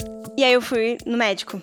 E aí eu fui no médico.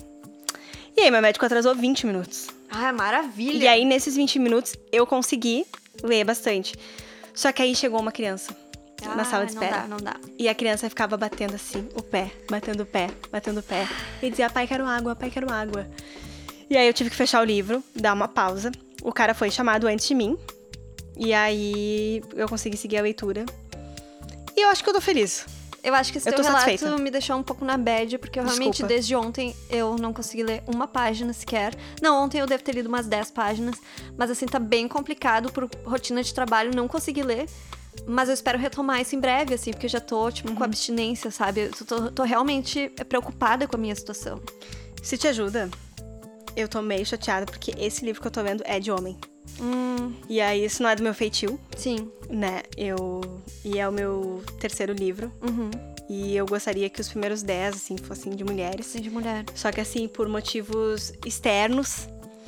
E aí meu médico atrasou 20 minutos. Ah, maravilha! E aí nesses 20 minutos eu consegui ler bastante. Só que aí chegou uma criança na sala de espera. Não dá. E a criança ficava batendo assim, o pé, batendo o pé, batendo o pé. E dizia, pai, quero água, pai, quero água. E aí eu tive que fechar o livro, dar uma pausa. O cara foi chamado antes de mim. E aí eu consegui seguir a leitura. E eu acho que eu tô feliz. Eu acho que esse Eu teu tô relato satisfeita. me deixou um pouco na bad, porque eu realmente, Desculpa. desde ontem, eu não consegui ler uma página sequer. Não, ontem eu devo ter lido umas 10 páginas, mas assim, tá bem complicado por rotina de trabalho, não consegui ler. Mas eu espero retomar isso em breve, assim, porque eu já tô, tipo, com abstinência, sabe? Eu tô realmente preocupada com a minha situação. Se te ajuda, eu tô meio chateada, porque esse livro que eu tô vendo é de homem. E aí isso não é do meu feitio, Sim. né? E é o meu terceiro livro. E eu gostaria que os primeiros 10, assim, fossem de mulheres. Sim, de mulher. Só que, assim, por motivos externos,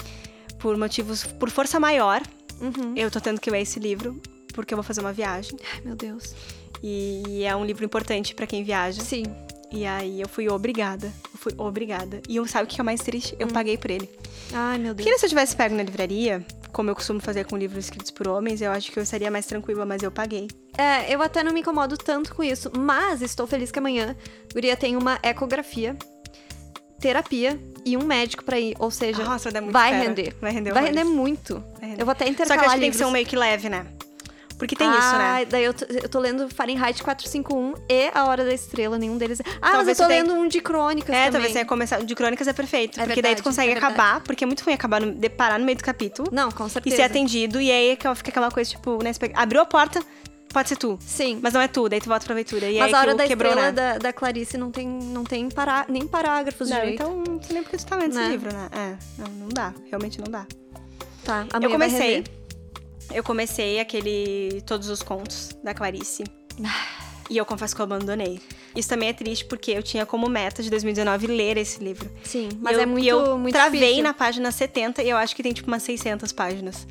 por força maior, eu tô tendo que ler esse livro, porque eu vou fazer uma viagem. Ai, meu Deus. E é um livro importante pra quem viaja. Sim. E aí eu fui obrigada. E sabe o que é mais triste? Eu paguei por ele. Ai, meu Deus. Porque se eu tivesse pego na livraria, como eu costumo fazer com livros escritos por homens, eu acho que eu estaria mais tranquila, mas eu paguei. Eu até não me incomodo tanto com isso, mas estou feliz que amanhã Guria tem uma ecografia, terapia e um médico pra ir, ou seja, Nossa, vai dar muito vai fera. render. Vai render Vai horrores. render muito. Vai render. Eu vou até Só intercalar que eu acho que tem que livros. ser um meio que leve, né? Porque tem isso, né? Daí eu tô lendo Fahrenheit 451 e A Hora da Estrela, nenhum deles. Mas Talvez eu tô você tenha- lendo um de crônicas também. Talvez você ia começar. De crônicas é perfeito. É Porque daí tu verdade, consegue é verdade. acabar, porque é muito ruim parar no meio do capítulo. Não, com E certeza. ser atendido, e aí fica aquela coisa, tipo, né? Abriu a porta, pode ser tu. Sim. Mas não é tu, daí tu volta pra leitura. E Mas aí A Hora da quebrou, Estrela né? da Clarice não tem nem parágrafos Não, direito. então não sei nem porque tu tá lendo Né? esse livro, né? Não dá. Realmente não dá. Tá, Eu amanhã vai comecei. render. Eu comecei Todos os Contos, da Clarice. E eu confesso que eu abandonei. Isso também é triste, porque eu tinha como meta de 2019 ler esse livro. Sim, E mas eu, é muito, e eu muito travei difícil. na página 70 e eu acho que tem tipo umas 600 páginas.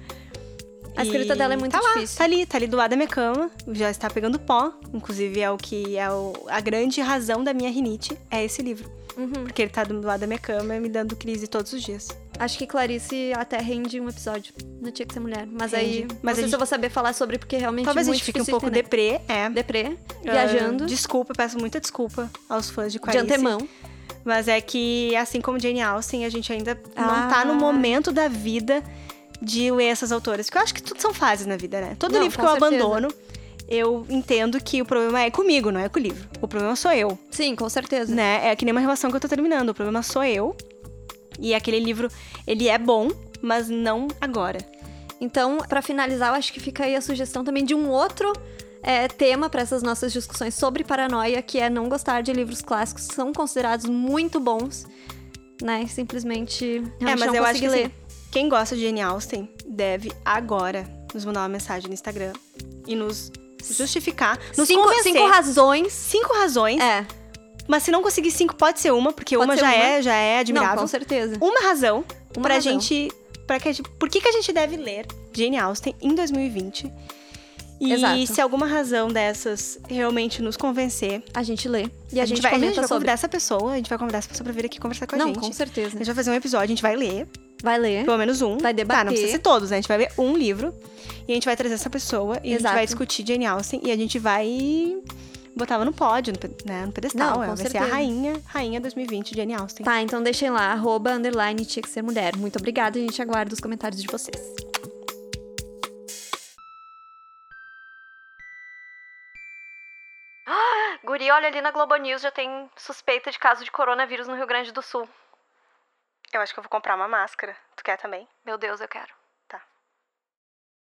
A escrita dela é muito tá lá, difícil. Tá ali do lado da minha cama, já está pegando pó. Inclusive é a grande razão da minha rinite, é esse livro. Porque ele tá do lado da minha cama, me dando crise todos os dias. Acho que Clarice até rende um episódio. Não tinha que ser mulher. Mas Rende. aí, Mas não sei a se eu vou saber falar sobre, porque realmente Talvez é a muito gente fique um difícil pouco de entender. deprê, Deprê, viajando, Desculpa, peço muita desculpa aos fãs de de Clarice. antemão. Mas é que, assim como Jane Austen, a gente ainda não tá no momento da vida de ler essas autoras. Porque eu acho que tudo são fases na vida, né? Todo Não, livro que com eu certeza. abandono, eu entendo que o problema é comigo, não é com o livro. O problema sou eu, Sim, com certeza. né? É que nem uma relação que eu tô terminando. O problema sou eu. E aquele livro, ele é bom, mas não agora. Então, pra finalizar, eu acho que fica aí a sugestão também de um outro tema para essas nossas discussões sobre paranoia, que é não gostar de livros clássicos que são considerados muito bons, né? Simplesmente Mas não eu acho consegui que ler. assim, quem gosta de Jane Austen deve agora nos mandar uma mensagem no Instagram e nos justificar, nos convencer. 5 razões. 5 razões. Mas se não conseguir 5, pode ser uma, porque Pode uma ser já é Não, admirável. com certeza. Uma razão Uma pra razão. gente... Por que a gente deve ler Jane Austen em 2020? E Exato. se alguma razão dessas realmente nos convencer, A gente lê. E a gente vai comenta convidar sobre. essa pessoa, a gente vai convidar essa pessoa pra vir aqui conversar com a Não, gente. com certeza. A gente vai fazer um episódio, a gente vai ler, Vai ler. pelo menos um. Vai debater. Tá, não precisa ser todos, né? A gente vai ler um livro e a gente vai trazer essa pessoa e a Exato. gente vai discutir Jane Austen e a gente vai botar ela no pódio, no pedestal. Não, com Ela vai ser certeza. a rainha 2020 Jane Austen. Tá, então deixem lá, @_ tinha que ser mulher. Muito obrigada, a gente aguarda os comentários de vocês. Guri, olha ali na Globo News, já tem suspeita de caso de coronavírus no Rio Grande do Sul. Eu acho que eu vou comprar uma máscara. Tu quer também? Meu Deus, eu quero.